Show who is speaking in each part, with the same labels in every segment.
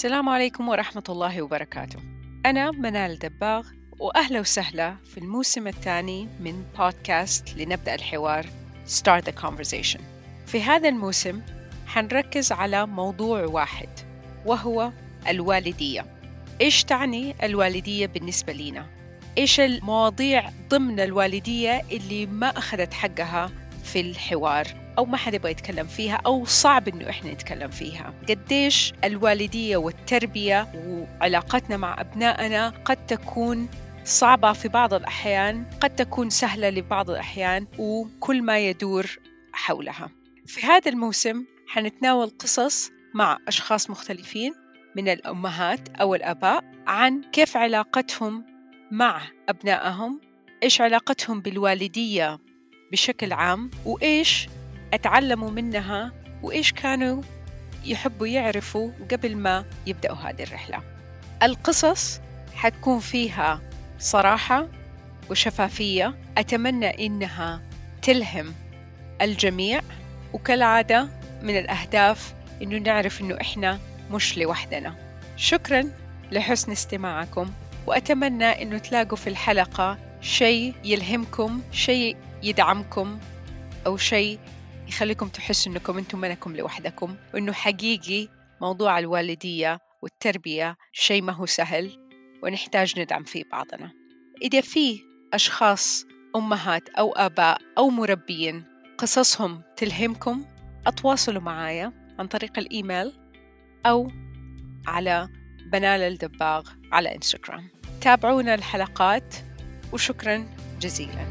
Speaker 1: السلام عليكم ورحمة الله وبركاته. أنا منال دباغ، وأهلا وسهلا في الموسم الثاني من بودكاست لنبدأ الحوار Start the Conversation. في هذا الموسم حنركز على موضوع واحد، وهو الوالدية. إيش تعني الوالدية بالنسبة لنا؟ إيش المواضيع ضمن الوالدية اللي ما أخذت حقها في الحوار أو ما حد يبغى يتكلم فيها أو صعب إنه إحنا نتكلم فيها؟ قديش الوالدية والتربية وعلاقتنا مع أبنائنا قد تكون صعبة في بعض الأحيان، قد تكون سهلة لبعض الأحيان، وكل ما يدور حولها. في هذا الموسم حنتناول قصص مع أشخاص مختلفين من الأمهات أو الآباء عن كيف علاقتهم مع أبنائهم، إيش علاقتهم بالوالدية بشكل عام، وإيش أتعلموا منها، وإيش كانوا يحبوا يعرفوا قبل ما يبدأوا هذه الرحلة. القصص حتكون فيها صراحة وشفافية، أتمنى إنها تلهم الجميع، وكالعادة من الأهداف إنه نعرف إنه إحنا مش لوحدنا. شكراً لحسن استماعكم، وأتمنى إنه تلاقوا في الحلقة شيء يلهمكم، شيء يدعمكم، أو شيء يخليكم تحسوا إنكم أنتم منكم لوحدكم، وإنه حقيقي موضوع الوالدية والتربية شيء ما هو سهل، ونحتاج ندعم فيه بعضنا. إذا في أشخاص أمهات أو آباء أو مربين قصصهم تلهمكم، أتواصلوا معايا عن طريق الإيميل أو على بنال الدباغ على إنستغرام. تابعونا الحلقات، وشكراً جزيلاً.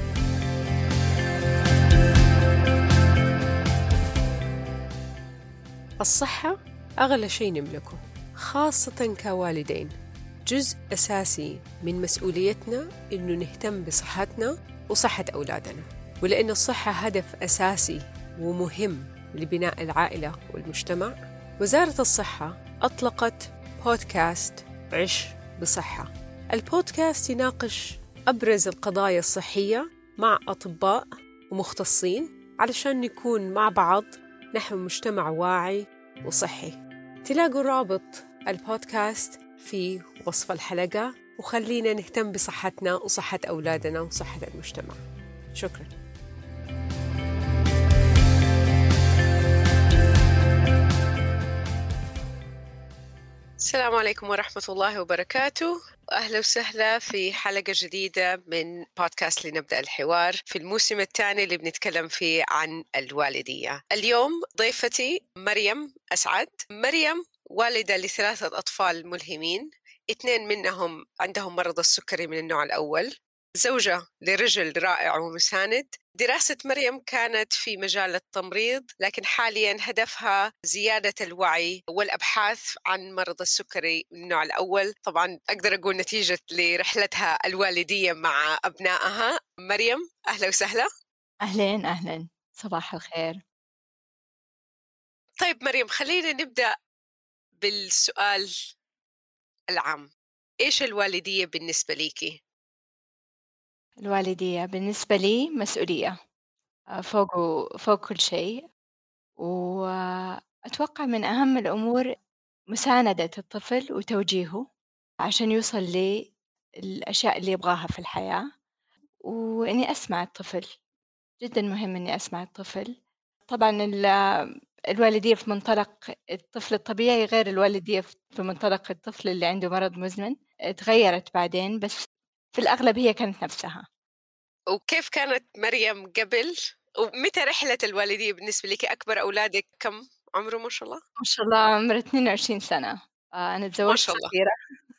Speaker 2: الصحة أغلى شيء نملكه، خاصة كوالدين. جزء أساسي من مسؤوليتنا إنه نهتم بصحتنا وصحة أولادنا، ولأن الصحة هدف أساسي ومهم لبناء العائلة والمجتمع. وزارة الصحة أطلقت بودكاست عش بصحة. البودكاست يناقش أبرز القضايا الصحية مع أطباء ومختصين علشان نكون مع بعض نحو مجتمع واعي وصحي. تلاقوا رابط البودكاست في وصف الحلقة، وخلينا نهتم بصحتنا وصحة أولادنا وصحة المجتمع. شكراً.
Speaker 1: السلام عليكم ورحمة الله وبركاته، وأهلا وسهلا في حلقة جديدة من بودكاست لنبدأ الحوار في الموسم الثاني اللي بنتكلم فيه عن الوالدية. اليوم ضيفتي مريم أسعد. مريم والدة ل3 أطفال ملهمين، 2 منهم عندهم مرض السكري من النوع الأول، زوجة لرجل رائع ومساند. دراسة مريم كانت في مجال التمريض، لكن حالياً هدفها زيادة الوعي والأبحاث عن مرض السكري من النوع الأول. طبعاً أقدر أقول نتيجة لرحلتها الوالدية مع أبنائها. مريم أهلا وسهلا.
Speaker 3: أهلين أهلين، صباح الخير.
Speaker 1: طيب مريم، خلينا نبدأ بالسؤال العام. إيش الوالدية بالنسبة ليكي؟
Speaker 3: الوالدية بالنسبة لي مسؤولية فوق كل شيء، وأتوقع من أهم الأمور مساندة الطفل وتوجيهه عشان يوصل للأشياء اللي يبغاها في الحياة، وإني أسمع الطفل. جدا مهم إني أسمع الطفل. طبعا الوالدية في منطلق الطفل الطبيعي غير الوالدية في منطلق الطفل اللي عنده مرض مزمن، تغيرت بعدين، بس في الأغلب هي كانت نفسها.
Speaker 1: وكيف كانت مريم قبل؟ ومتى رحلة الوالدية بالنسبة لك؟ أكبر أولادك كم عمره ما شاء الله؟
Speaker 3: ما شاء الله عمره 22 سنة. أنا
Speaker 1: ما
Speaker 3: تزوجت
Speaker 1: شاء الله.
Speaker 3: صغيرة.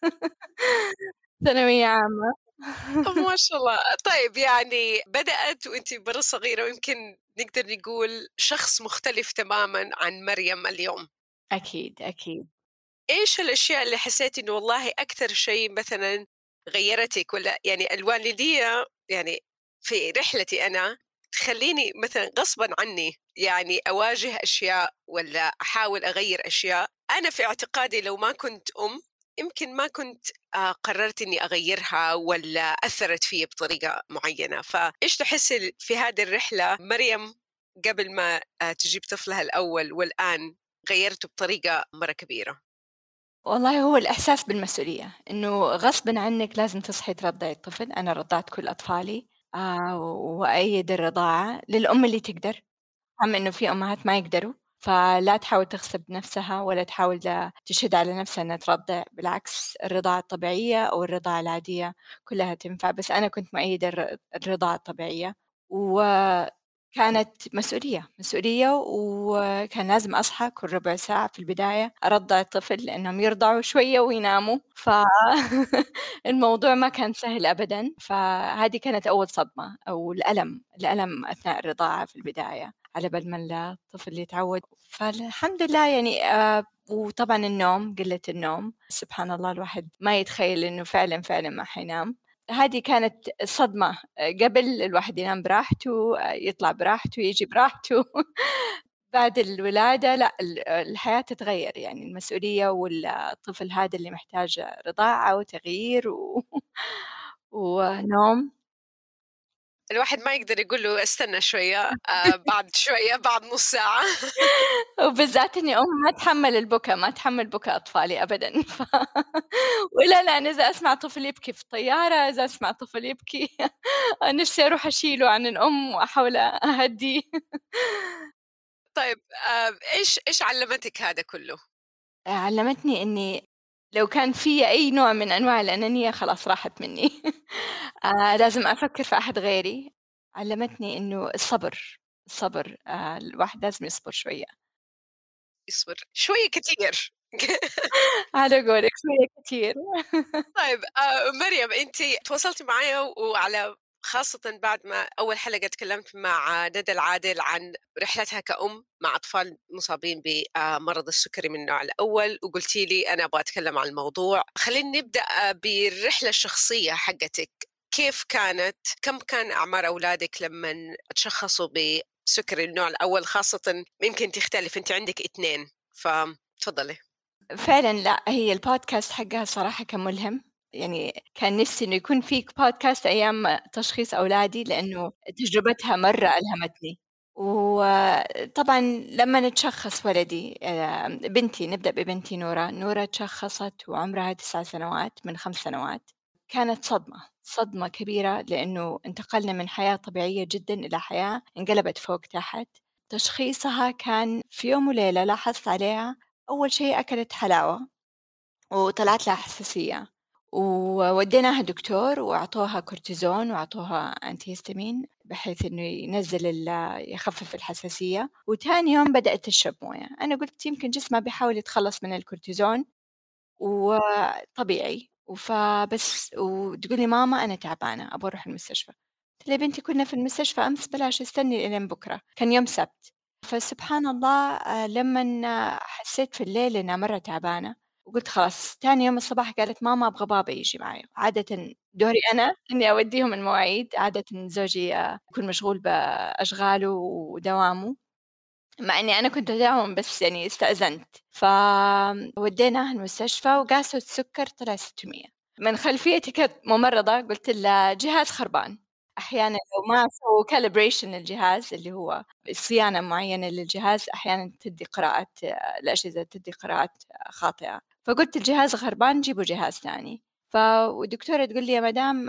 Speaker 3: ثانوية عامة.
Speaker 1: ما شاء الله. طيب يعني بدأت وأنت برا صغيرة، ويمكن نقدر نقول شخص مختلف تماما عن مريم اليوم.
Speaker 3: أكيد أكيد.
Speaker 1: إيش الأشياء اللي حسيتي إنه والله أكثر شيء مثلا غيرتك؟ ولا يعني الوالدية يعني في رحلتي أنا تخليني مثلا غصبا عني يعني أواجه أشياء ولا أحاول أغير أشياء. أنا في اعتقادي لو ما كنت يمكن ما كنت قررت إني أغيرها ولا أثرت فيه بطريقة معينة. فإيش تحسي في هذه الرحلة مريم قبل ما تجيب طفلها الأول والآن غيرته بطريقة مرة كبيرة؟
Speaker 3: والله هو الإحساس بالمسؤولية، إنه غصبٍ عنِّك لازم تصحي ترضعي الطفل. أنا رضعت كل أطفالي، وأأيد الرضاعة للأم اللي تقدر. أهم إنه في أمهات ما يقدروا، فلا تحاول تغصب نفسها ولا تحاول تشد على نفسها إنها ترضع. بالعكس، الرضاعة الطبيعية أو الرضاعة العادية كلها تنفع، بس أنا كنت مؤيدة الرضاعة الطبيعية. وكانت مسؤولية، وكان لازم أصحى كل ربع ساعة في البداية أرضع الطفل لأنهم يرضعوا شوية ويناموا. الموضوع ما كان سهل أبدًا. فهذه كانت أول صدمة، أو الألم أثناء الرضاعة في البداية، على بال ما الطفل يتعود. فالحمد لله يعني. وطبعًا النوم، قلة النوم، سبحان الله الواحد ما يتخيل إنه فعلًا ما حينام. هذه كانت الصدمة. قبل الواحد ينام براحته، يطلع براحته، ييجي براحته. بعد الولادة لأ، الحياة تتغير، يعني المسؤولية والطفل هذا اللي محتاج رضاعة وتغيير ونوم.
Speaker 2: الواحد ما يقدر يقول له استنى شوية، بعد شوية، بعد نُص ساعة.
Speaker 3: وبالذات إني ما أتحمّل البكا، ما أتحمّل بكا أطفالي أبدًا. وإلى الآن إذا أسمع طفل يبكي في الطيارة، إذا أسمع طفل يبكي نفسي أروح أشيله عن الأم وأحاول أهدّيه.
Speaker 2: طيب، إيش علّمتِك هذا كلّه؟
Speaker 3: علّمتني إني لو كان في أي نوع من أنواع الأنانية خلاص راحت منّي. لازم أفكّر في أحد غيري. علّمتني إنه الصبر. الواحد لازم يصبر شوية.
Speaker 2: يصبر شوية كتير.
Speaker 3: على قولِك شوية كتير.
Speaker 2: طيب، مريم، أنتِ تواصلتِ معايا وعلى خاصةً بعد ما أول حلقة تكلمت مع ندى العادل عن رحلتها كأم مع أطفال مصابين بمرض السكري من النوع الأول، وقلتِ لي أنا أبغى أتكلم عن الموضوع. خلينا نبدأ بالرحلة الشخصية حقتِك. كيف كانت؟ كم كان أعمار أولادِك لمن تشخصوا بسكري النوع الأول؟ خاصةً يمكن تختلف، أنتِ عندِك 2، فتفضلي.
Speaker 3: فعلًا لأ، هي الpodcast حقها الصراحة كان ملهم. يعني كان نفسي إنه يكون في podcast أيام تشخيص أولادي، لإنه تجربتها مرّة ألهمتني. وطبعًا لمّا نتشخّص ولدي، بنتي، نبدأ ببنتي نورة. نورة اتشخّصت وعمرها 9 سنوات من 5 سنوات. كانت صدمة كبيرة، لإنه انتقلنا من حياة طبيعية جدًا إلى حياة انقلبت فوق تحت. تشخيصها كان في يوم وليلة لاحظت عليها أول شيء أكلت حلاوة وطلعت لها حساسية، ووديناها دكتور وأعطوها كورتيزون وأعطوها antihistamine بحيث إنه ينزل يخفف الحساسية. وتاني يوم بدأت تشرب موية. أنا قلت يمكن جسمها بيحاول يتخلص من الكورتيزون وطبيعي. فبس وتقول لي ماما أنا تعبانة أبغى أروح المستشفى. قلت لها يا بنتي كنا في المستشفى أمس، بلاش استني إلين بكرة، كان يوم سبت. فسبحان الله، لمن حسيت في الليل إنها مرة تعبانة وقلت خلاص. تاني يوم الصباح قالت ماما أبغى بابا يجي معي. عادة دوري أنا إني أوديهم المواعيد، عادة زوجي يكون مشغول بأشغاله ودوامه، مع إني أنا كنت أداوم بس يعني استأذنت. فوديناها المستشفى وقاسوا السكر طلع 600. من خلفيتي كانت ممرضة قلت لها جهاز خربان. أحيانًا لو ما سووا calibration للجهاز اللي هو صيانة معينة للجهاز، أحيانًا تدّي قراءات، الأجهزة تدّي قراءات خاطئة. فقلت الجهاز خربان جيبوا جهاز ثاني. والدكتورة تقول لي يا مدام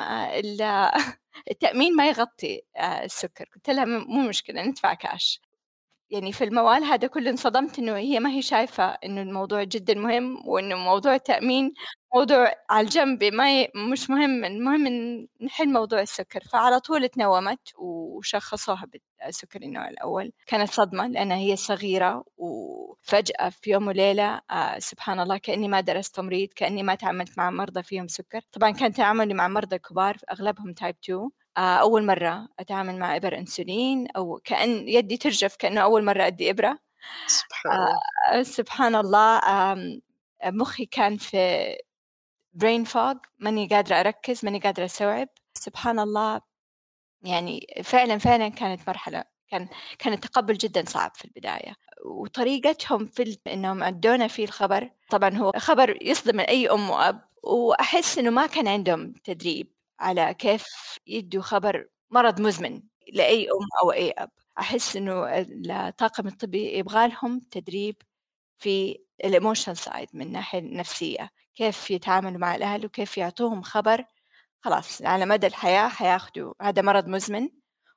Speaker 3: التأمين ما يغطي السكر. قلت لها مو مشكلة ندفع كاش. يعني في الموال هذا كله انصدمت إنه هي ما هي شايفة إنه الموضوع جدًا مهم، وإنه موضوع التأمين موضوع على الجنب مش مهم. المهم نحل موضوع السكر. فعلى طول اتنومت وشخصوها بالسكري النوع الأول. كانت صدمة لأنها هي صغيرة، وفجأة في يوم وليلة سبحان الله كأني ما درست تمريض، كأني ما تعاملت مع مرضى فيهم سكر. طبعًا كان تعاملي مع مرضى كبار أغلبهم type 2. أول مرة أتعامل مع إبر أنسولين، أو كأن يدي ترجف كأنه أول مرة أدّي إبرة.
Speaker 2: سبحان الله.
Speaker 3: سبحان الله. مُخّي كان في brain fog، ماني قادرة أركّز، ماني قادرة أستوعب. سبحان الله. يعني فعلًا كانت مرحلة، كان التقبُّل جدًا صعب في البداية. وطريقتهم في إنهم أدّونا فيه الخبر، طبعًا هو خبر يصدم أي أم وأب. وأحس إنه ما كان عندهم تدريب على كيف يدّوا خبر مرض مزمن لأي أم أو أي أب. أحس إنه الطاقم الطبي يبغى لهم تدريب في الإيموشنال سايد من الناحية النفسية، كيف يتعاملوا مع الأهل وكيف يعطوهم خبر خلاص على مدى الحياة حياخدوا هذا مرض مزمن،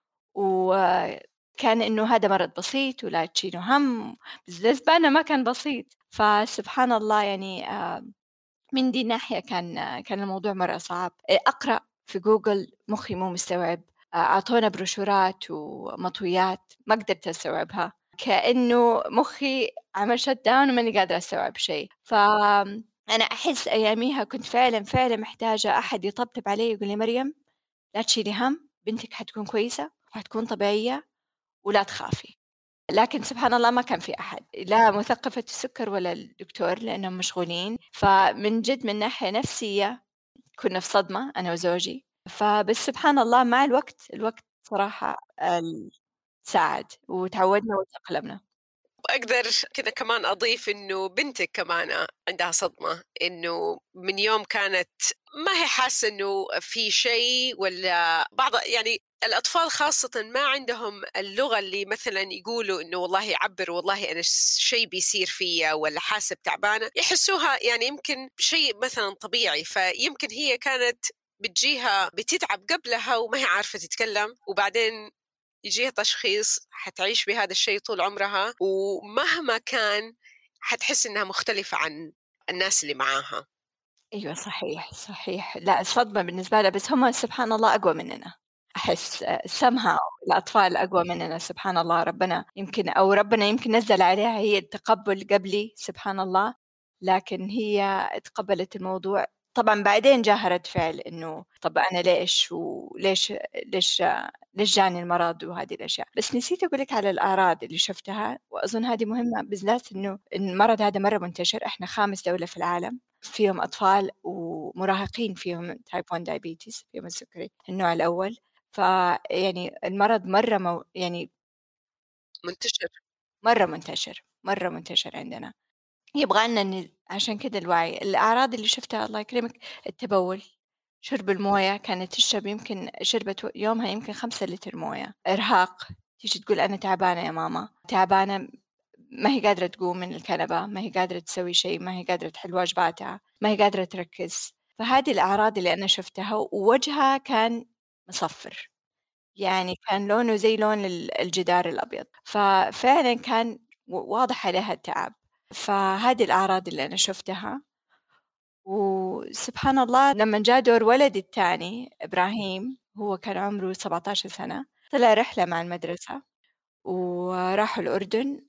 Speaker 3: وكان إنه هذا مرض بسيط ولا تشيلوا هم، بس بالنسبة لنا ما كان بسيط. فسبحان الله يعني من دي الناحية كان الموضوع مرة صعب. أقرأ في جوجل مخي مو مستوعب، أعطونا بروشورات ومطويات ما قدرت أستوعبها، كأنه مخي عمل شت داون وماني قادرة أستوعب شيء. فأنا أحس أياميها كنت فعلا محتاجة أحد يطبطب علي يقول لي مريم لا تشيلي هم، بنتك حتكون كويسة وحتكون طبيعية ولا تخافي. لكن سبحان الله ما كان في أحد، لا مثقفة السكر ولا الدكتور لأنهم مشغولين. فمن جد من ناحية نفسية كنا في صدمة أنا وزوجي. فبس سبحان الله مع الوقت صراحة ساعد وتعودنا وتأقلمنا.
Speaker 2: أقدر كذا كمان أضيف إنه بنتك كمان عندها صدمة، إنه من يوم كانت ما هي حاسة إنه في شيء، ولا بعض يعني الأطفال خاصة ما عندهم اللغة اللي مثلا يقولوا إنه والله يعبر والله أنا شيء بيصير فيا ولا حاسة تعبانة، يحسوها يعني يمكن شيء مثلا طبيعي. فيمكن هي كانت بتجيها بتتعب قبلها وما هي عارفة تتكلم، وبعدين يجيها تشخيص حتعيش بهذا الشيء طول عمرها، ومهما كان حتحس إنها مختلفة عن الناس اللي معاها.
Speaker 3: أيوة صحيح، لا الصدمة بالنسبة لها، بس هم سبحان الله أقوى مننا. أحس somehow الأطفال أقوى مننا سبحان الله. ربنا يمكن نزل عليها هي التقبل قبلي سبحان الله، لكن هي تقبلت الموضوع. طبعا بعدين جاها رد فعل إنه طب أنا ليش جاني المرض وهذه الأشياء. بس نسيت أقول لك على الأعراض اللي شفتها، وأظن هذه مهمة بالذات إنه المرض هذا مرة منتشر. إحنا 5 دولة في العالم فيهم أطفال ومراهقين فيهم type 1 diabetes، فيهم السكري النوع الأول. فيعني المرض يعني
Speaker 2: منتشر.
Speaker 3: مرة منتشر عندنا. يبغى لنا عشان كده الوعي. الأعراض اللي شفتها الله يكرمك التبول، شرب الموية، كانت تشرب يمكن شربت يومها يمكن 5 لتر موية. إرهاق، تيجي تقول أنا تعبانة يا ماما، تعبانة، ما هي قادرة تقوم من الكنبة، ما هي قادرة تسوي شيء، ما هي قادرة تحل واجباتها، ما هي قادرة تركز. فهذه الأعراض اللي أنا شفتها. ووجهها كان مصفر، يعني كان لونه زي لون الجدار الأبيض، ففعلا كان واضح عليها التعب. فهذه الأعراض اللي أنا شفتها. وسبحان الله لما جاء دور ولدي الثاني إبراهيم، هو كان عمره 17 سنة، طلع رحلة مع المدرسة وراحوا الأردن،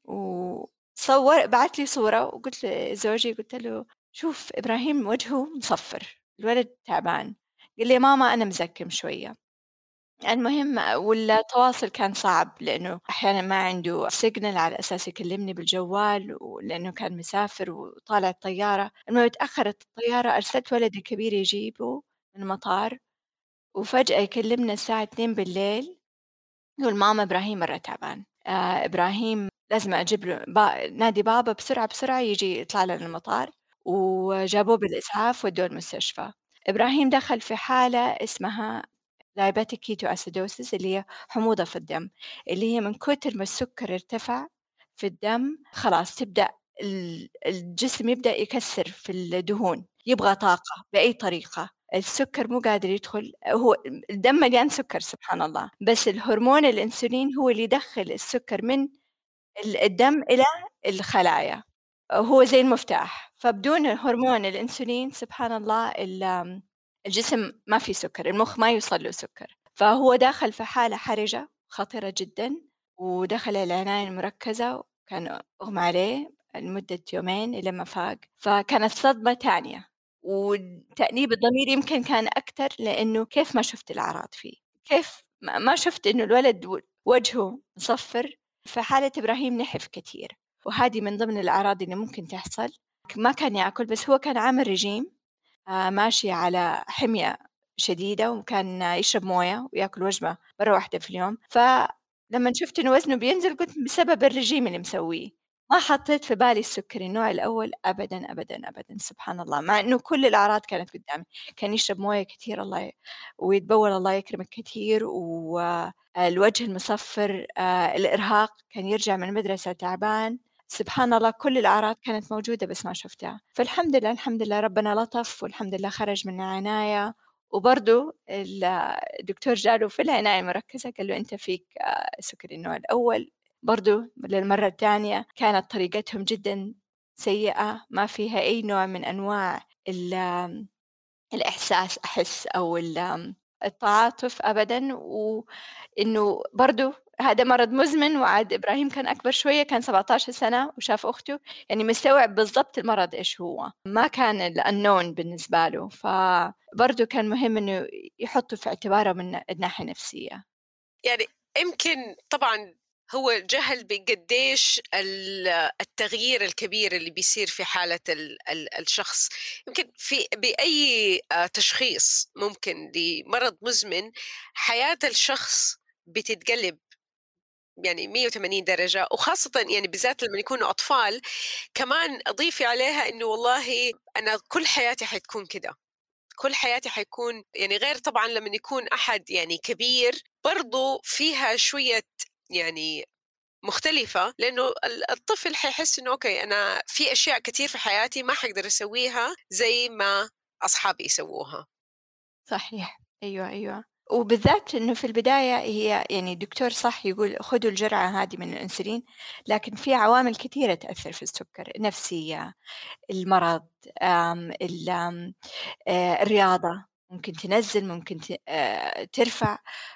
Speaker 3: بعت لي صورة وقلت لزوجي قلت له شوف إبراهيم وجهه مصفر، الولد تعبان. قال لي ماما أنا مزكم شوية. المهم والتواصل كان صعب لأنه أحيانا ما عنده سيجنال على أساس يكلمني بالجوال، ولأنه كان مسافر وطالع الطيارة. المهم تأخرت الطيارة، أرسلت ولدي الكبير يجيبه من المطار، وفجأة يكلمنا الساعة 2 بالليل يقول ماما إبراهيم مرة تعبان، إبراهيم لازم أجيب له نادي بابا بسرعة يجي يطلع لنا المطار. وجابوه بالإسعاف ودوه المستشفى. إبراهيم دخل في حالة اسمها diabetic ketoacidosis، اللي هي حموضة في الدم، اللي هي من كتر ما السكر ارتفع في الدم خلاص تبدأ الجسم يبدأ يكسر في الدهون، يبغى طاقة بأي طريقة. السكر مو قادر يدخل، هو الدم مليان سكر سبحان الله، بس الهرمون الأنسولين هو اللي يدخل السكر من الدم إلى الخلايا، هو زي المفتاح. فبدون هرمون الأنسولين سبحان الله الجسم ما في سكر، المخ ما يوصل له سكر. فهو داخل في حالة حرجة خطيرة جدا، ودخل العناية المركزة، وكان أغمى عليه لمدة 2 إلى ما فاق. فكانت صدمة تانية، وتأنيب الضمير يمكن كان أكتر لأنه كيف ما شفت الأعراض فيه، كيف ما شفت إنه الولد وجهه مصفر. فحالة إبراهيم نحف كتير، وهذه من ضمن الأعراض اللي ممكن تحصل. ما كان يأكل، بس هو كان عامل رجيم، ماشي على حمية شديدة، وكان يشرب موية ويأكل وجبة مرة واحدة في اليوم. فلما شفت إنه وزنه بينزل قلت بسبب الرجيم اللي مسويه. ما حطيت في بالي السكري النوع الأول أبدا سبحان الله، مع إنه كل الأعراض كانت قدامي. كان يشرب موية كثير ويتبول الله يكرمك كثير، والوجه المصفر، الإرهاق، كان يرجع من المدرسة تعبان سبحان الله كل الأعراض كانت موجودة بس ما شُفتها، فالحمد لله، الحمد لله ربنا لطف والحمد لله خرج من العناية، وبرضه الدكتور جا له في العناية المركزة قال له: "أنت فيك سُكري النوع الأول." برضه للمرة التانية كانت طريقتهم جدًا سيئة، ما فيها أي نوع من أنواع الإحساس أحس أو التعاطف أبدًا، وإنه برضه هذا مرض مزمن وعاد إبراهيم كان أكبر شوية كان 17 سنة وشاف أخته، يعني مستوعب بالضبط المرض إيش هو، ما كان الunknown بالنسبة له، فبرضه كان مهم إنه يحطّه في اعتباره من الناحية النفسية.
Speaker 2: يعني يمكن طبعا هو جهل بقديش التغيير الكبير اللي بيصير في حالة الشخص. يمكن في بأي تشخيص ممكن لمرض مزمن حياة الشخص بتتقلب يعني 180 درجة، وخاصة يعني بالذات لما يكونوا أطفال. كمان أضيفي عليها إنه والله أنا كل حياتي حتكون كده، كل حياتي حيكون يعني غير طبعا لما يكون أحد يعني كبير برضو فيها شوية يعني مختلفة، لأنه الطفل حيحس إنه أوكي أنا في أشياء كتير في حياتي ما حقدر أسويها زي ما أصحابي يسووها.
Speaker 3: صحيح، أيوه، أيوه. وبالذات إنه في البداية هي يعني الدكتور صح يقول خُدوا الجرعة هذه من الأنسولين، لكن في عوامل كثيرة تأثّر في السُكّر، نفسية، المرض، ال الرياضة، ممكن تنزّل، ممكن ترفع،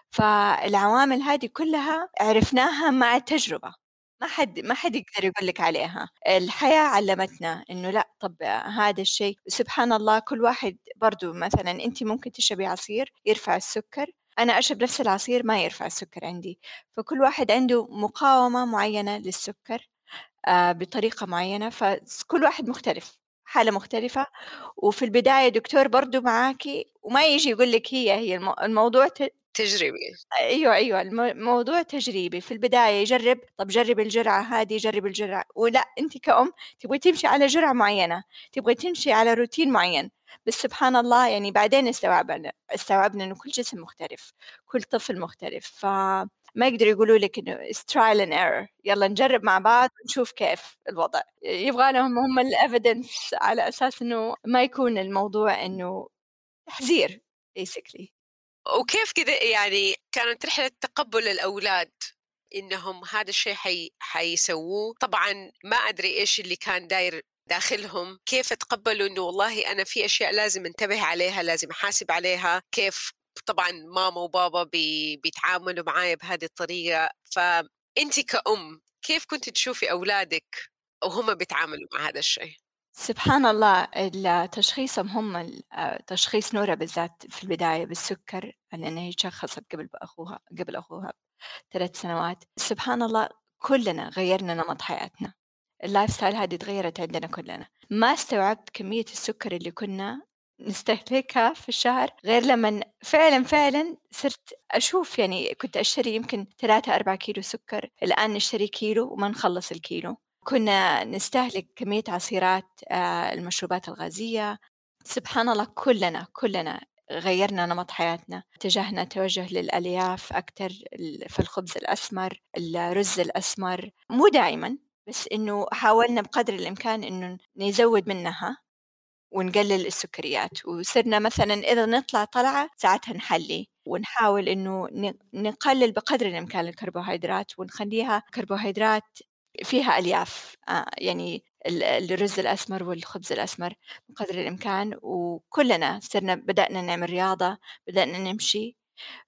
Speaker 3: فالعوامل هذه كلّها عرفناها مع التجربة، ما حد يقدر يقول لِك عليها، الحياة علّمتنا إنه لأ، طَب هذا الشيء سبحان الله كل واحد برضه مثلًا أنتِ ممكن تشربي عصير يرفع السُكّر، أنا أشرب نفس العصير ما يرفع السُكّر عندي، فكل واحد عنده مقاومة معيّنة للسُكّر. بطريقة معيّنة، كل واحد مختلف، حالة مختلفة، وفي البداية دكتور برضه معاكِ وما ييجي يقول لِك هي الموضوع
Speaker 2: تجربي.
Speaker 3: أيوه، أيوه، موضوع تجريبي، في البداية يجرّب، طَب جرّبي الجرعة هذه، جرّبي الجرعة ولأ أنتِ كأم تبغي تمشي على جرعة معيّنة، تبغي تمشي على روتين معيّن، بس سبحان الله يعني بعدين استوعبنا إنه كل جسم مختلف، كل طفل مختلف، فما يقدروا يقولوا لِك إنه it's trial and error يالّا نجرّب مع بعض ونشوف كيف الوضع، يبغى لهم هم الevidence على أساس إنه ما يكون الموضوع إنه تحذير basically.
Speaker 2: وكيف كده يعني كانت رحلة تقبل الأولاد إنهم هذا الشيء حيسووه؟ طبعا ما أدري إيش اللي كان داير داخلهم، كيف تقبلوا إنه والله أنا في أشياء لازم انتبه عليها، لازم أحاسب عليها، كيف طبعا ماما وبابا بيتعاملوا معايا بهذه الطريقة. فأنت كأم كيف كنت تشوفي أولادك وهم بيتعاملوا مع هذا الشيء؟
Speaker 3: سبحان الله تشخيصهم هم تشخيص نورة بالذات في البداية بالسكر، لأن هي شخصت قبل أخوها ب3 سنوات، سبحان الله كلنا غيّرنا نمط حياتنا، الlife style هذه اتغيّرت عندنا كلنا، ما استوعبت كمية السكر اللي كنا نستهلكها في الشهر غير لمن فعلًا صرت أشوف يعني كنت أشتري يمكن 3، 4 كيلو سكر، الآن نشتري كيلو وما نخلّص الكيلو. كنا نستهلك كمية عصيرات المشروبات الغازية، سبحان الله كلنا غيّرنا نمط حياتنا، اتجهنا توجه للألياف أكتر، في الخبز الأسمر، الرز الأسمر، مو دائمًا، بس إنه حاولنا بقدر الإمكان إنه نزوّد منها ونقلل السكريات، وصرنا مثلًا إذا نطلع طلعة ساعتها نحلّي، ونحاول إنه نقلل بقدر الإمكان الكربوهيدرات ونخلّيها كربوهيدرات فيها ألياف، يعني الرز الأسمر والخبز الأسمر بقدر الإمكان، وكلنا بدأنا نعمل رياضة، بدأنا نمشي،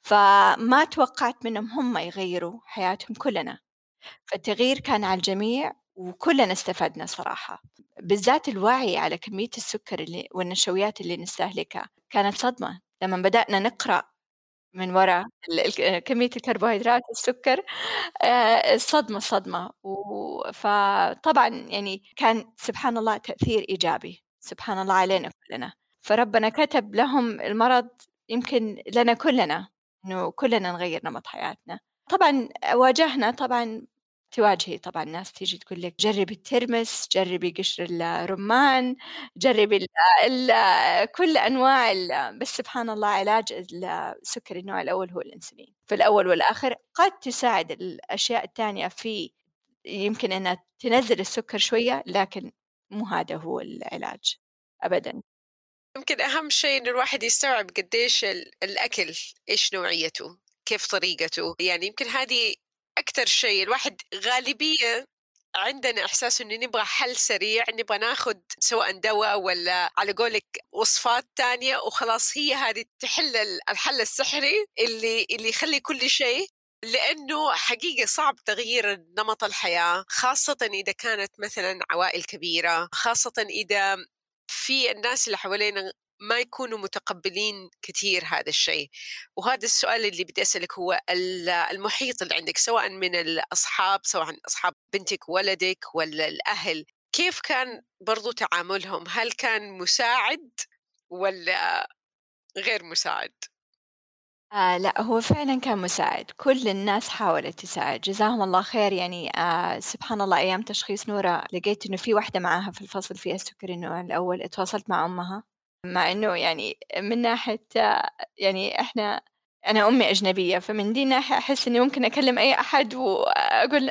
Speaker 3: فما توقعت منهم هم يغيّروا حياتهم كلنا. فالتغيير كان على الجميع وكلنا استفدنا صراحة، بالذات الوعي على كمية السكر والنشويات اللي نستهلكها، كانت صدمة لمن بدأنا نقرأ من وراء كمية الكربوهيدرات والسكر، صدمة فطبعًا يعني كان سبحان الله تأثير إيجابي، سبحان الله علينا كلنا، فربنا كتب لهم المرض يمكن لنا كلنا، إنه كلنا نغيّر نمط حياتنا. طبعًا واجهنا طبعًا تواجهي طبعًا ناس تيجي تقول لِك جرّبي الترمس، جرّبي قشر الرمان، جرّبي كل أنواع بس سبحان الله علاج السكري النوع الأول هو الأنسولين، في الأول والآخر قد تساعد الأشياء التانية في يمكن إنها تنزل السكر شوية، لكن مو هذا هو العلاج أبدا.
Speaker 2: يمكن أهم شيء إن الواحد يستوعب قديش الأكل إيش نوعيته، كيف طريقته، يعني يمكن هذه أكتر شيء. الواحد غالبية عندنا إحساس إنه نبغى حل سريع، نبغى ناخد سواء دواء ولا على قولك وصفات تانية وخلاص، هي هذه تحل الحل السحري اللي يخلي كل شيء. لأنه حقيقة صعب تغيير نمط الحياة، خاصة إذا كانت مثلا عوائل كبيرة، خاصة إذا في الناس اللي حوالينا ما يكونوا متقبلين كثير هذا الشيء. وهذا السؤال اللي بدي أسألك، هو المحيط اللي عندك سواء من الأصحاب، سواء أصحاب بنتك ولدك ولا الأهل، كيف كان برضو تعاملهم؟ هل كان مساعد ولا غير مساعد؟
Speaker 3: لأ، هو فعلًا كان مساعد، كل الناس حاولت تساعد، جزاهم الله خير. يعني سبحان الله، أيام تشخيص نورة لقيت إنه في واحدة معاها في الفصل فيها السكري النوع الأول، اتواصلت مع أمها، مع إنه يعني من ناحية يعني أنا أمي أجنبية، فمن دي الناحية أحس إني ممكن أكلم أي أحد وأقول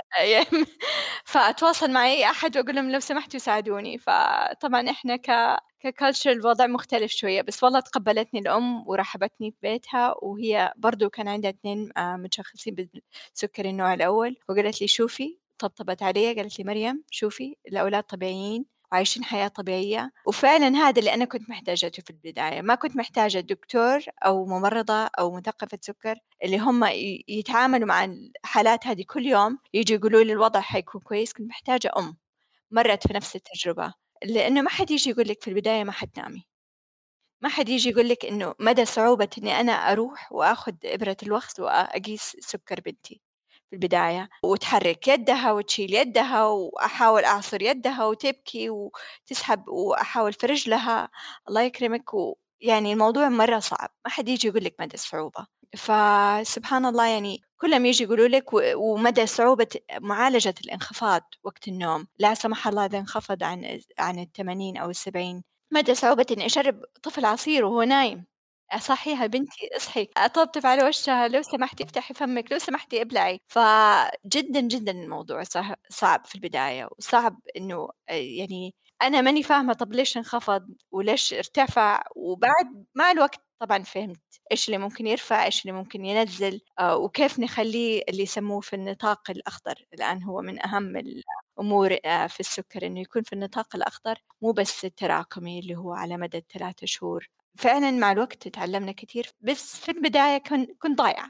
Speaker 3: فأتواصل مع أي أحد وأقول لهم لو سمحتوا ساعدوني. فطبعًا إحنا كculture الوضع مختلف شوية، بس والله تقبّلتني الأم ورحبتني في بيتها، وهي برضه كان عندها 2 متشخّصين بالسُكّري النوع الأول، وقالت لي: "شوفي." طبطبت عليَّ قالت لي: "مريم شوفي، الأولاد طبيعيين وعايشين حياة طبيعية." وفعلًا هذا اللي أنا كنت محتاجته في البداية، ما كنت محتاجة دكتور أو ممرضة أو مثقفة سُكّر اللي هم يتعاملوا مع الحالات هذه كل يوم، ييجوا يقولوا لي الوضع حيكون كويس. كنت محتاجة مرّت في نفس التجربة. لإنه ما حد ييجي يقول لِك في البداية ما حتنامي، ما حد ييجي يقول لِك إنه مدى صعوبة إني أنا أروح وآخُذ إبرة الوخز وأقيس سُكّر بنتي في البداية، وتحرِّك يدها وتشيل يدها وأحاول أعصُر يدها وتبكي وتسحب وأحاول في رجلها، الله يكرمِك. ويعني الموضوع مرّة صعب، ما حد ييجي يقول لِك مدى الصعوبة. فسبحان الله، يعني كلّهم ييجوا يقولوا لِك ومدى صعوبة معالجة الانخفاض وقت النوم، لا سمح الله إذا انخفض عن ال80 أو ال70، مدى صعوبة إني أشرب طفل عصير وهو نايم، أصحّيها بنتي اصحي، أطبطب على وشها لو سمحتِ افتحي فمِّك، لو سمحتِ ابلعي. فجدًا، جدًا الموضوع صعب في البداية، وصعب إنه يعني أنا ماني فاهمة طَب ليش انخفض وليش ارتفع، وبعد مع الوقت طبعًا فهمت إيش اللي ممكن يرفع، إيش اللي ممكن ينزّل، وكيف نخلّيه اللي يسموه في النطاق الأخضر. الآن هو من أهم الأمور في السُكّر إنه يكون في النطاق الأخضر، مو بس التراكمي اللي هو على مدى ال3 شهور. فعلًا مع الوقت اتعلمنا كتير، بس في البداية كنت ضايعة،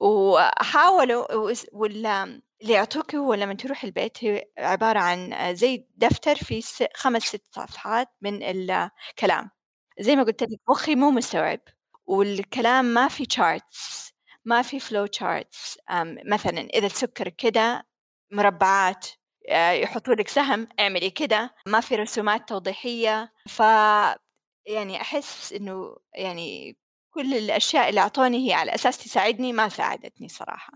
Speaker 3: وحاولوا اللي يعطوكِ هو لمّا تروحي البيت هي عبارة عن زي دفتر فيه 5، 6 صفحات من الكلام. زي ما قُلت لِك مُخّي مو مستوعب، والكلام ما في charts، ما في flow charts. مثلًا إذا السكر كده مربعات، يحطوا لِك سهم اعملي كده، ما في رسومات توضيحية. يعني أحس إنه يعني كل الأشياء اللي أعطوني هي على أساس تساعدني، ما ساعدتني صراحة.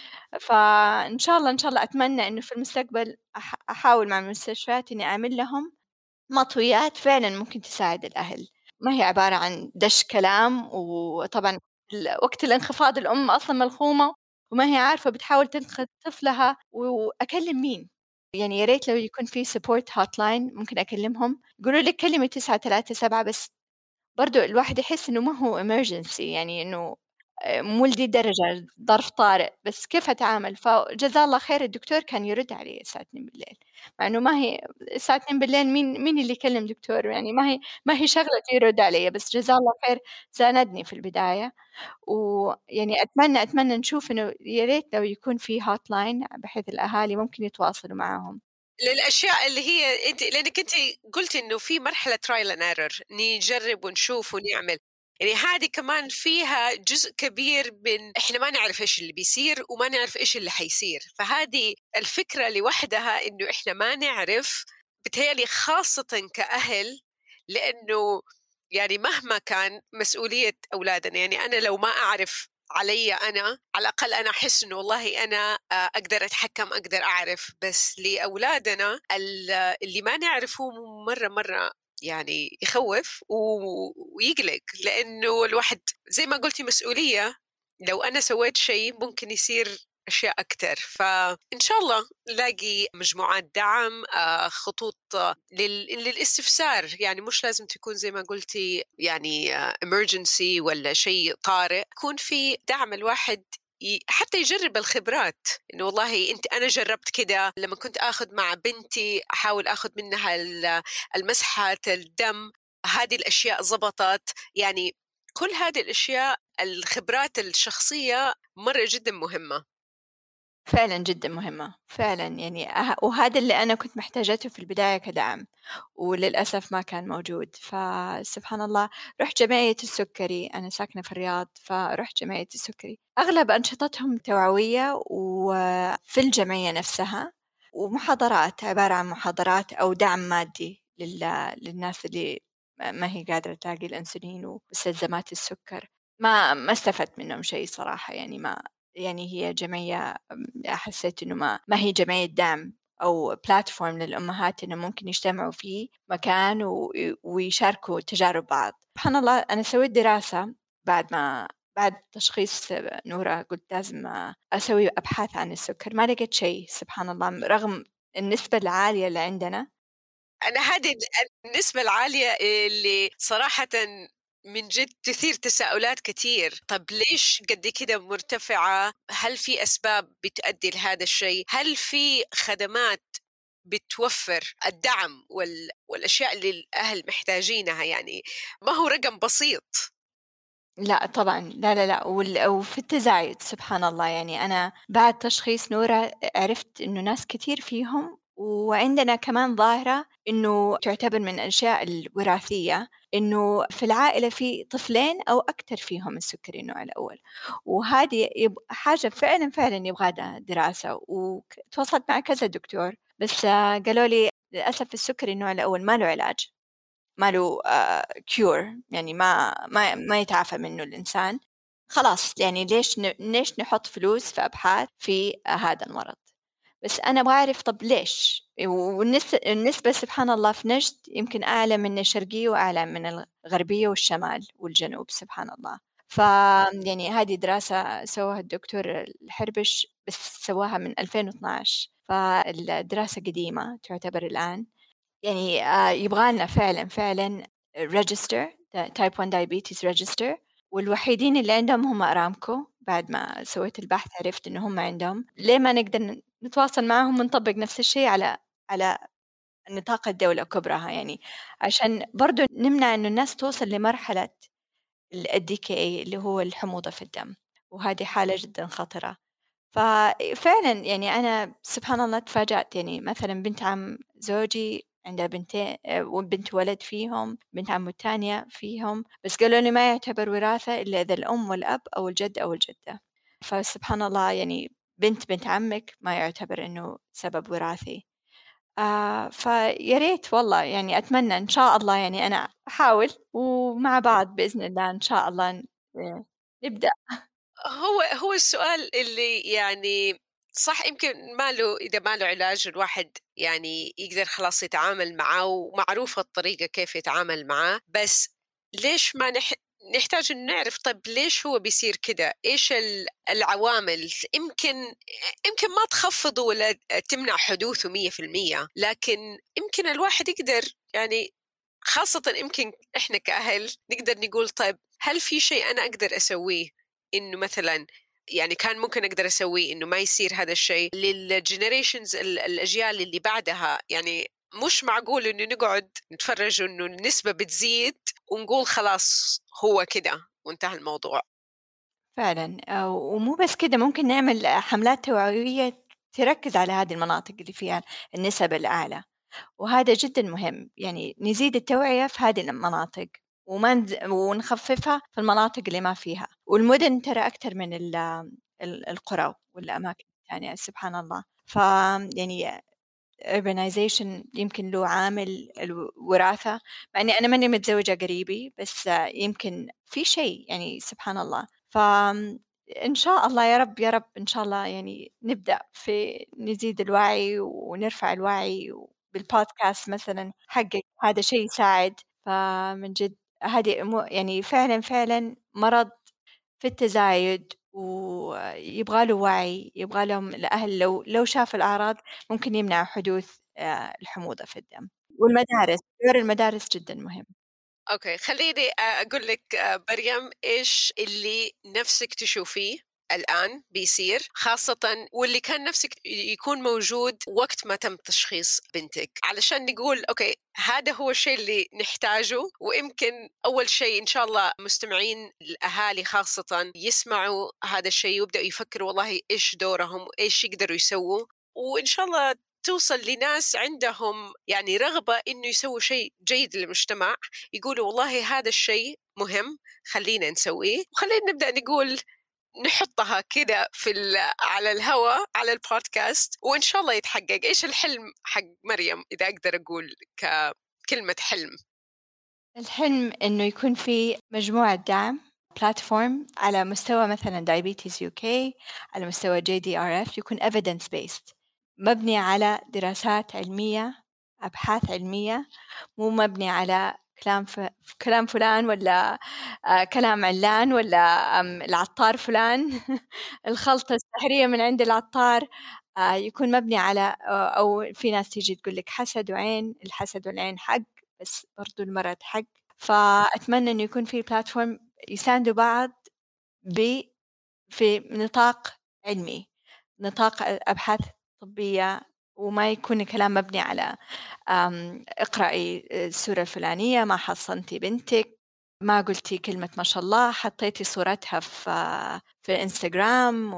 Speaker 3: فإن شاء الله، إن شاء الله أتمنى إنه في المستقبل أحاول مع المستشفيات إني أعمل لهم مطويات فعلًا ممكن تساعد الأهل، ما هي عبارة عن دش كلام. وطبعًا وقت الانخفاض الأم أصلًا ملخومة وما هي عارفة بتحاول تنقذ طفلها، وأكلم مين؟ يعني يا ريت لو يكون في support hotline ممكن أكلمهم، يقولوا لِك كلمي 937، بس برضه الواحد يحس إنه ما هو emergency، يعني إنه مو لدي الدرجة ظرف طارئ، بس كيف أتعامل؟ فجزاه الله خير الدكتور كان يرد علي الساعة 2:00، مع إنه ما هي الساعة 2:00 مين اللي يكلم دكتور؟ يعني ما هي شغلته يرد علي، بس جزاه الله خير ساندني في البداية. ويعني أتمنى نشوف إنه يا ريت لو يكون في hotline بحيث الأهالي ممكن يتواصلوا معاهم.
Speaker 2: للأشياء اللي هي أنتِ، لأنِك أنتِ قُلتِ إنه في مرحلة trial and error، نجرب ونشوف ونعمل، يعني هذه كمان فيها جزء كبير من إحنا ما نعرف إيش اللي بيصير وما نعرف إيش اللي حيصير، فهذه الفكرة لوحدها إنه إحنا ما نعرف، بيتهيأ لي خاصةً كأهل، لأنه يعني مهما كان مسؤولية أولادنا، يعني أنا لو ما أعرف علي أنا، على الأقل أنا أحس إنه والله أنا أقدر أتحكم، أقدر أعرف، بس لأولادنا اللي ما نعرفه مرة يعني يخوف ويقلق، لأنه الواحد زي ما قلتي مسؤولية، لو أنا سويت شيء ممكن يصير أشياء أكتر. فإن شاء الله نلاقي مجموعات دعم، خطوط للاستفسار، يعني مش لازم تكون زي ما قلتي يعني emergency ولا شيء طارئ، يكون في دعم الواحد حتى يجرب الخبرات، إنه والله أنا جربت كده لما كنت أخذ مع بنتي، أحاول أخذ منها المسحة الدم، هذه الأشياء زبطت. يعني كل هذه الأشياء، الخبرات الشخصية مرة جدا مهمة.
Speaker 3: فعلًا جدًا مهمة، فعلًا يعني وهذا اللي أنا كنت محتاجته في البداية كدعم، وللأسف ما كان موجود، فسبحان الله رُحت جمعية السُكَّري، أنا ساكنة في الرياض، فرُحت جمعية السُكَّري، أغلب أنشطتهم توعوية وفي الجمعية نفسها، ومحاضرات، عبارة عن محاضرات أو دعم مادي للناس اللي ما هي قادرة تلاقي الأنسولين ومستلزمات السُكَّر، ما استفدت منهم شيء صراحة، يعني ما يعني هي جمعية حسيت إنه ما هي جمعية دعم أو platform للأمهات إنه ممكن يجتمعوا فيه مكان ويشاركوا تجارب بعض. سبحان الله أنا سويت دراسة بعد تشخيص نورة قلت لازم أسوي أبحاث عن السكر، ما لقيت شيء سبحان الله رغم النسبة العالية اللي عندنا.
Speaker 2: أنا هذه النسبة العالية اللي صراحة من جد تثير تساؤلات كتير. طب ليش قد كده مرتفعة؟ هل في أسباب بتؤدي لهذا الشيء؟ هل في خدمات بتوفر الدعم والأشياء اللي الأهل محتاجينها؟ يعني ما هو رقم بسيط.
Speaker 3: لأ طبعًا، لا، لا، لأ، وفي التزايد سبحان الله، يعني أنا بعد تشخيص نورة عرفت إنه ناس كتير فيهم، وعندنا كمان ظاهرة إنه تعتبر من الأشياء الوراثية، إنه في العائلة في طفلين أو أكتر فيهم السكري النوع الأول، وهذه حاجة فعلًا، فعلًا يبغى لها دراسة، تواصلت مع كذا دكتور، بس قالوا لي للأسف السكري النوع الأول ما له علاج. ما له cure يعني ما يتعافى منه الإنسان، خلاص يعني ليش نحط فلوس في أبحاث في هذا المرض؟ بس أنا أبغى أعرف طب ليش؟ النسبة سبحان الله في نجد يمكن أعلى من الشرقية وأعلى من الغربية والشمال والجنوب سبحان الله. يعني هذه دراسة سواها الدكتور الحربش بس سواها من 2012 فالدراسة قديمة تعتبر الآن. يعني يبغى لنا فعلًا register type 1 diabetes register والوحيدين اللي عندهم هم أرامكو، بعد ما سويت البحث عرفت إنه هم عندهم، ليه ما نقدر نتواصل معاهم ونطبق نفس الشيء على نطاق الدولة كبرها يعني، عشان برضه نمنع إنه الناس توصل لمرحلة الDKA اللي هو الحموضة في الدم، وهذه حالة جدًا خطرة. ففعلًا يعني أنا سبحان الله تفاجأت يعني مثلًا بنت عم زوجي عندها بنتين وبنت ولد فيهم، بنت عمه التانية فيهم، بس قالوا لي ما يعتبر وراثة إلا إذا الأم والأب أو الجد أو الجدة، فسبحان الله يعني بنت عمِّك ما يعتبر إنه سبب وراثي. فيا ريت والله يعني أتمنى إن شاء الله يعني أنا أحاول ومع بعض بإذن الله إن شاء الله نبدأ.
Speaker 2: هو السؤال اللي يعني صح، يمكن إذا ما له علاج الواحد يعني يقدر خلاص يتعامل معاه ومعروفة الطريقة كيف يتعامل معاه، بس ليش ما نحتاج إن نعرف طيب ليش هو بيصير كده؟ إيش العوامل؟ يمكن ما تخفضه ولا تمنع حدوثه 100%، لكن يمكن الواحد يقدر يعني، خاصة يمكن إحنا كأهل نقدر نقول طيب هل في شيء أنا أقدر أسويه إنه مثلا يعني كان ممكن أقدر أسويه إنه ما يصير هذا الشيء للجنريشنز الأجيال اللي بعدها. يعني مش معقول إنه نقعد نتفرج إنه النسبة بتزيد ونقول خلاص هو كده وانتهى الموضوع.
Speaker 3: فعلًا ومو بس كده ممكن نعمل حملات توعوية تركز على هذه المناطق اللي فيها النسب الأعلى، وهذا جدًا مهم، يعني نزيد التوعية في هذه المناطق ونخففها في المناطق اللي ما فيها، والمدن ترى أكتر من القرى والأماكن الثانية سبحان الله، يعني urbanization يمكن له عامل الوراثة، مع إني أنا ماني متزوجة قريبي، بس يمكن في شيء يعني سبحان الله، إن شاء الله يا رب، يا رب إن شاء الله يعني نبدأ في نزيد الوعي ونرفع الوعي بالبودكاست مثلًا حقِّك هذا شيء يساعد، فمن جد هذه يعني فعلًا مرض في التزايد، ويبغى له وعي، يبغى لهم الأهل لو شاف الأعراض ممكن يمنع حدوث الحموضة في الدم. والمدارس، دور المدارس جدًا مهم.
Speaker 2: أوكي، خلّيني أقول لِك مريم إيش اللي نفسِك تشوفيه الآن بيصير، خاصةً واللي كان نفسِك يكون موجود وقت ما تم تشخيص بنتِك، علشان نقول أوكي هذا هو الشيء اللي نحتاجه، ويمكن أول شيء إن شاء الله مستمعين الأهالي خاصةً يسمعوا هذا الشيء ويبدأوا يفكروا والله إيش دورهم وإيش يقدروا يسووا، وإن شاء الله توصل لناس عندهم يعني رغبة إنه يسووا شيء جيد للمجتمع، يقولوا والله هذا الشيء مهم خلينا نسويه، وخلينا نبدأ نقول نحطها كذا على الهواء على البودكاست وإن شاء الله يتحقق. إيش الحلم حق مريم إذا أقدر أقول ككلمة حلم؟
Speaker 3: الحلم إنه يكون في مجموعة دعم platform على مستوى مثلًا Diabetes UK، على مستوى JDRF، يكون evidence based، مبني على دراسات علمية، أبحاث علمية، مو مبني على كلام فلان والّا كلام علان والّا العطار فلان الخلطة السحرية من عند العطار. يكون مبني على أو في ناس تيجي تقول لِك حسد وعين، الحسد والعين حق، بس برضه المرض حق. فأتمنى إنه يكون في platform يساندوا بعض في نطاق علمي، نطاق أبحاث طبية، وما يكون الكلام مبني على اقرأي السورة الفلانية، ما حصنتِ بنتِك، ما قلتِ كلمة ما شاء الله، حطيتِ صورتها في الإنستجرام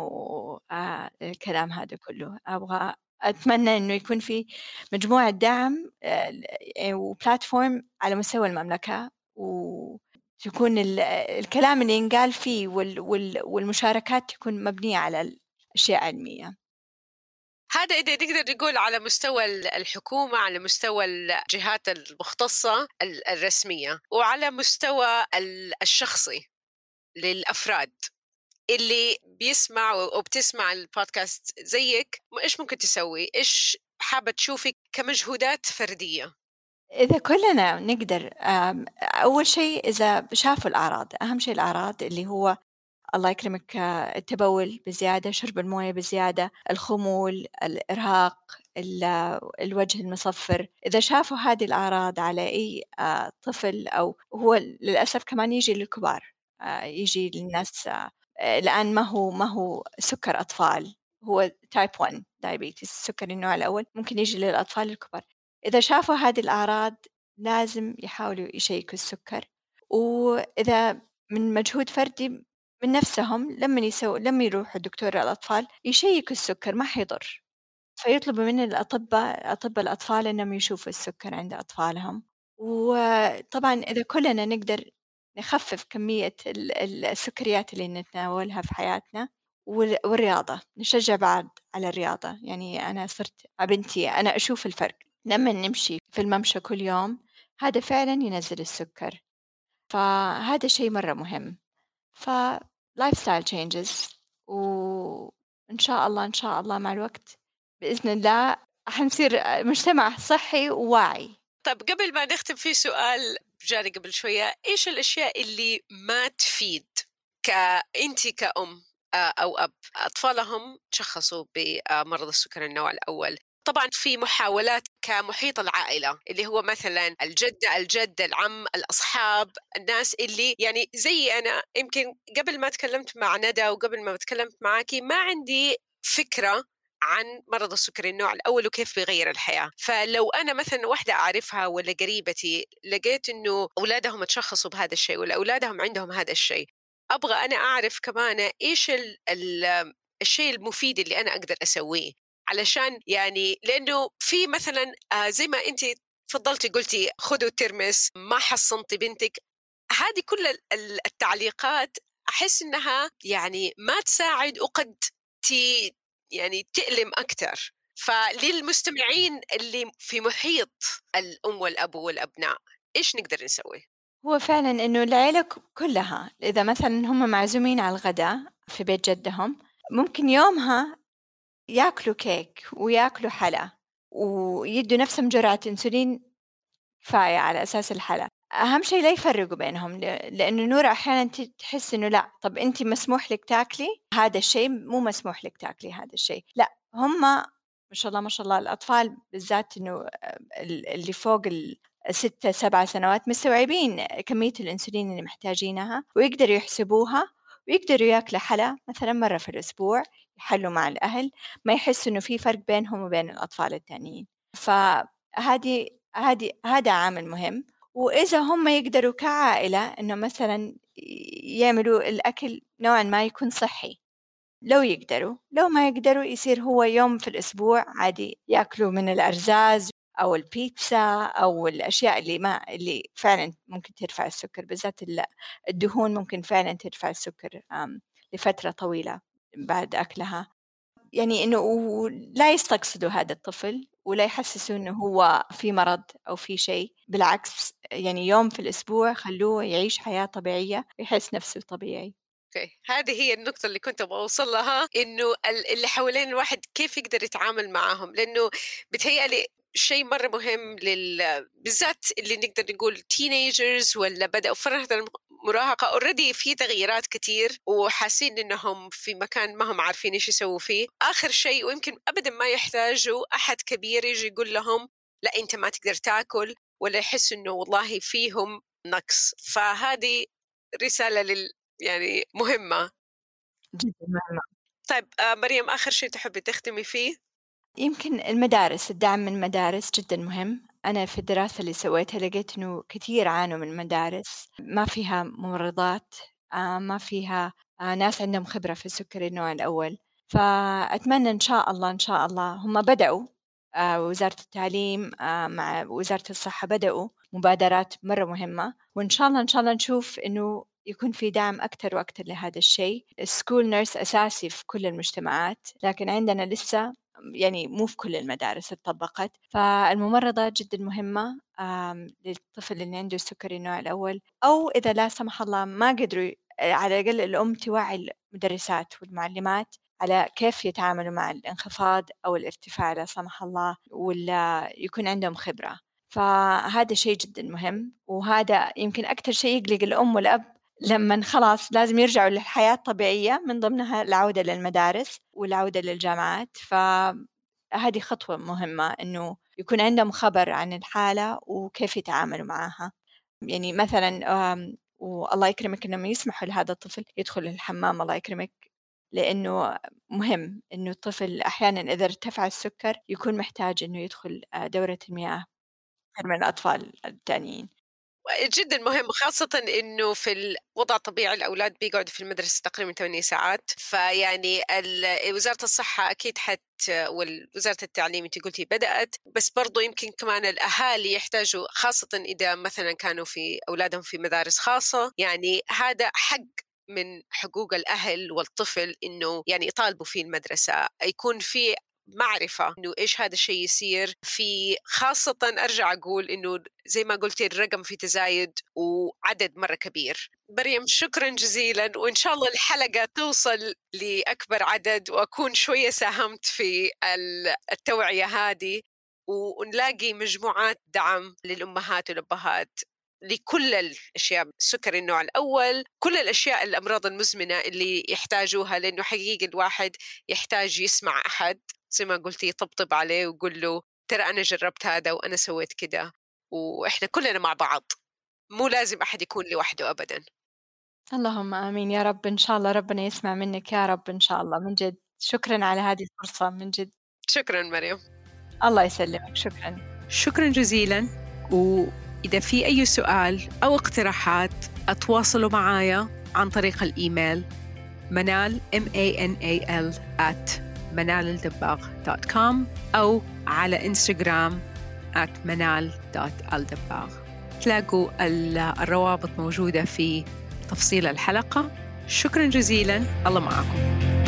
Speaker 3: الكلام هذا كله. أتمنى إنه يكون في مجموعة دعم وplatform على مستوى المملكة، وتكون الكلام اللي ينقال فيه والمشاركات تكون مبنية على أشياء علمية.
Speaker 2: هذا إذا نقدر نقول على مستوى الحكومة، على مستوى الجهات المختصة الرسمية، وعلى مستوى الشخصي للأفراد اللي بيسمع أو بتسمع البودكاست زيك. إيش ممكن تسوي؟ إيش حابة تشوفي كمجهودات فردية؟
Speaker 3: إذا كلنا نقدر أول شيء إذا شافوا الأعراض، أهم شيء الأعراض اللي هو الله يكرمك التبول بزيادة، شرب الموية بزيادة، الخمول، الإرهاق، الوجه المصفر. إذا شافوا هذه الأعراض على أي طفل، أو هو للأسف كمان يجي للكبار، يجي للناس الآن ما هو سكر أطفال، هو type 1 diabetes، السكري النوع الأول ممكن يجي للأطفال الكبار. إذا شافوا هذه الأعراض لازم يحاولوا يشيكوا السكر. وإذا من مجهود فردي من نفسهم، لما يروحوا دكتور الأطفال يشيكوا السكر ما حيضر، فيطلبوا من أطباء الأطفال إنهم يشوفوا السكر عند أطفالهم. وطبعًا إذا كلنا نقدر نخفف كمية السكريات اللي نتناولها في حياتنا، والرياضة، نشجع بعض على الرياضة. يعني أنا صرت مع بنتي أنا أشوف الفرق لما نمشي في الممشى كل يوم، هذا فعلًا ينزل السكر، فهذا شيء مرة مهم. فlifestyle changes، وإن شاء الله إن شاء الله مع الوقت بإذن الله حنصير مجتمع صحي وواعي.
Speaker 2: طب قبل ما نختم في سؤال جاني قبل شوية، إيش الأشياء اللي ما تفيد أنت كأم أو أب أطفالهم تشخصوا بمرض السكر النوع الأول؟ طبعا في محاولات كمحيط العائلة اللي هو مثلا الجدة الجد العم الأصحاب، الناس اللي يعني زي أنا يمكن قبل ما تكلمت مع ندى وقبل ما تكلمت معاكي ما عندي فكرة عن مرض السكري النوع الأول وكيف بيغير الحياة. فلو أنا مثلا واحدة أعرفها ولا قريبتي لقيت إنه أولادهم تشخصوا بهذا الشيء ولا أولادهم عندهم هذا الشيء، أبغى أنا أعرف كمان إيش الشيء المفيد اللي أنا أقدر أسويه، علشان يعني لأنه في مثلا زي ما أنت فضلتي قلتي خذوا ترمس ما حصنتي بنتك، هذه كل التعليقات أحس إنها يعني ما تساعد وقد يعني تألم أكثر. فللمستمعين اللي في محيط الأم والأب والأبناء إيش نقدر نسوي؟
Speaker 3: هو فعلًا إنه العيلة كلها إذا مثلًا هم معزومين على الغداء في بيت جدهم، ممكن يومها ياكلوا كيك وياكلوا حلا ويدوا نفسهم جرعة أنسولين كفاية على أساس الحلا. أهم شيء لا يفرقوا بينهم، لأنه نور أحيانًا تحس إنه لأ، طب أنتِ مسموح لِك تاكلي هذا الشيء، مو مسموح لِك تاكلي هذا الشيء، لأ هم ما شاء الله ما شاء الله الأطفال بالذات إنه اللي فوق 6 7 سنوات مستوعبين كمية الأنسولين اللي محتاجينها، ويقدروا يحسبوها، ويقدروا ياكلوا حلا مثلًا مرة في الأسبوع، يحلوا مع الأهل، ما يحسوا إنه في فرق بينهم وبين الأطفال التانيين، هذا عامل مهم. وإذا هم يقدروا كعائلة إنه مثلًا يعملوا الأكل نوعًا ما يكون صحّي، لو يقدروا، لو ما يقدروا يصير هو يوم في الأسبوع عادي ياكلوا من الأرزاز أو البيتزا أو الأشياء اللي فعلًا ممكن ترفع السكر، بالذات الدهون ممكن فعلًا ترفع السكر لفترة طويلة بعد أكلها. يعني إنه لا يستقصدوا هذا الطفل ولا يحسسوه إنه هو في مرض أو في شيء، بالعكس يعني يوم في الأسبوع خلوه يعيش حياة طبيعية ويحس نفسه طبيعي.
Speaker 2: أوكي. هذه هي النقطة اللي كنت أبغى أوصل لها، إنه اللي حوالين الواحد كيف يقدر يتعامل معاهم، لأنه بتهيألي شيء مرة مهم بالذات اللي نقدر نقول teenagers ولا بدأوا في مرحلة المراهقة already في تغييرات كتير وحاسين إنهم في مكان ما هم عارفين إيش يسووا فيه. آخر شيء ويمكن أبدا ما يحتاجوا أحد كبير يجي يقول لهم لا أنت ما تقدر تاكل، ولا يحس إنه والله فيهم نقص. فهذه رسالة يعني مهمة.
Speaker 3: جدًا مهمة.
Speaker 2: طيب مريم، آخر شيء تحبي تختمي فيه؟
Speaker 3: يمكن المدارس، الدعم من المدارس جدًا مهم. أنا في الدراسة اللي سويتها لقيت إنه كثير عانوا من المدارس، ما فيها ممرضات، ما فيها ناس عندهم خبرة في السكري النوع الأول، فأتمنى إن شاء الله، إن شاء الله هم بدأوا وزارة التعليم مع وزارة الصحة بدأوا مبادرات مرة مهمة، وإن شاء الله، إن شاء الله نشوف إنه يكون في دعم أكتر وأكتر لهذا الشيء. الschool nurse أساسي في كل المجتمعات، لكن عندنا لسه يعني مو في كل المدارس اتطبقت، فالممرضة جدًا مهمة للطفل اللي عنده السكري النوع الأول، أو إذا لا سمح الله ما قدروا على الأقل الأم توعي المدرسات والمعلمات على كيف يتعاملوا مع الانخفاض أو الارتفاع لا سمح الله، والّا يكون عندهم خبرة، فهذا شيء جدًا مهم، وهذا يمكن أكتر شيء يقلق الأم والأب لمن خلاص لازم يرجعوا للحياة الطبيعية، من ضمنها العودة للمدارس والعودة للجامعات، فهذه خطوة مهمة إنه يكون عندهم خبر عن الحالة وكيف يتعاملوا معاها. يعني مثلًا والله يكرمك إنهم يسمحوا لهذا الطفل يدخل الحمام الله يكرمك، لإنه مهم إنه الطفل أحيانًا إذا ارتفع السكر يكون محتاج إنه يدخل دورة المياه أكثر من الأطفال التانيين.
Speaker 2: جدا مهم، خاصة إنه في الوضع الطبيعي الأولاد بيقعدوا في المدرسة تقريبا 8 ساعات، فيعني وزارة الصحة أكيد ووزارة التعليم أنت قلتي بدأت، بس برضو يمكن كمان الأهالي يحتاجوا، خاصة إذا مثلا كانوا في أولادهم في مدارس خاصة، يعني هذا حق من حقوق الأهل والطفل إنه يعني يطالبوا في المدرسة، يكون في معرفة إنه إيش هذا الشيء يصير في، خاصة أرجع أقول إنه زي ما قلتي الرقم في تزايد وعدد مرة كبير. مريم شكرا جزيلا، وإن شاء الله الحلقة توصل لأكبر عدد وأكون شوية ساهمت في التوعية هذه، ونلاقي مجموعات دعم للأمهات والأبهات لكل الأشياء، السكري النوع الأول، كل الأشياء الأمراض المزمنة اللي يحتاجوها، لأنه حقيقي الواحد يحتاج يسمع أحد زي ما قلتي يطبطب عليه ويقول له ترى أنا جربت هذا وأنا سويت كده، وإحنا كلنا مع بعض، مو لازم أحد يكون لوحده أبدا.
Speaker 3: اللهم آمين يا رب، إن شاء الله ربنا يسمع منِّك يا رب إن شاء الله، من جد، شكرًا على هذه الفرصة من جد.
Speaker 2: شكرا مريم.
Speaker 3: الله يسلمك، شكرًا.
Speaker 1: شكرا جزيلا، وإذا في أي سؤال أو اقتراحات أتواصلوا معايا عن طريق الإيميل منال manal@manalaldباغ.com أو على إنستغرام @manal.aldباغ. تلاقوا الروابط موجودة في تفصيل الحلقة. شكرا جزيلا، الله معكم.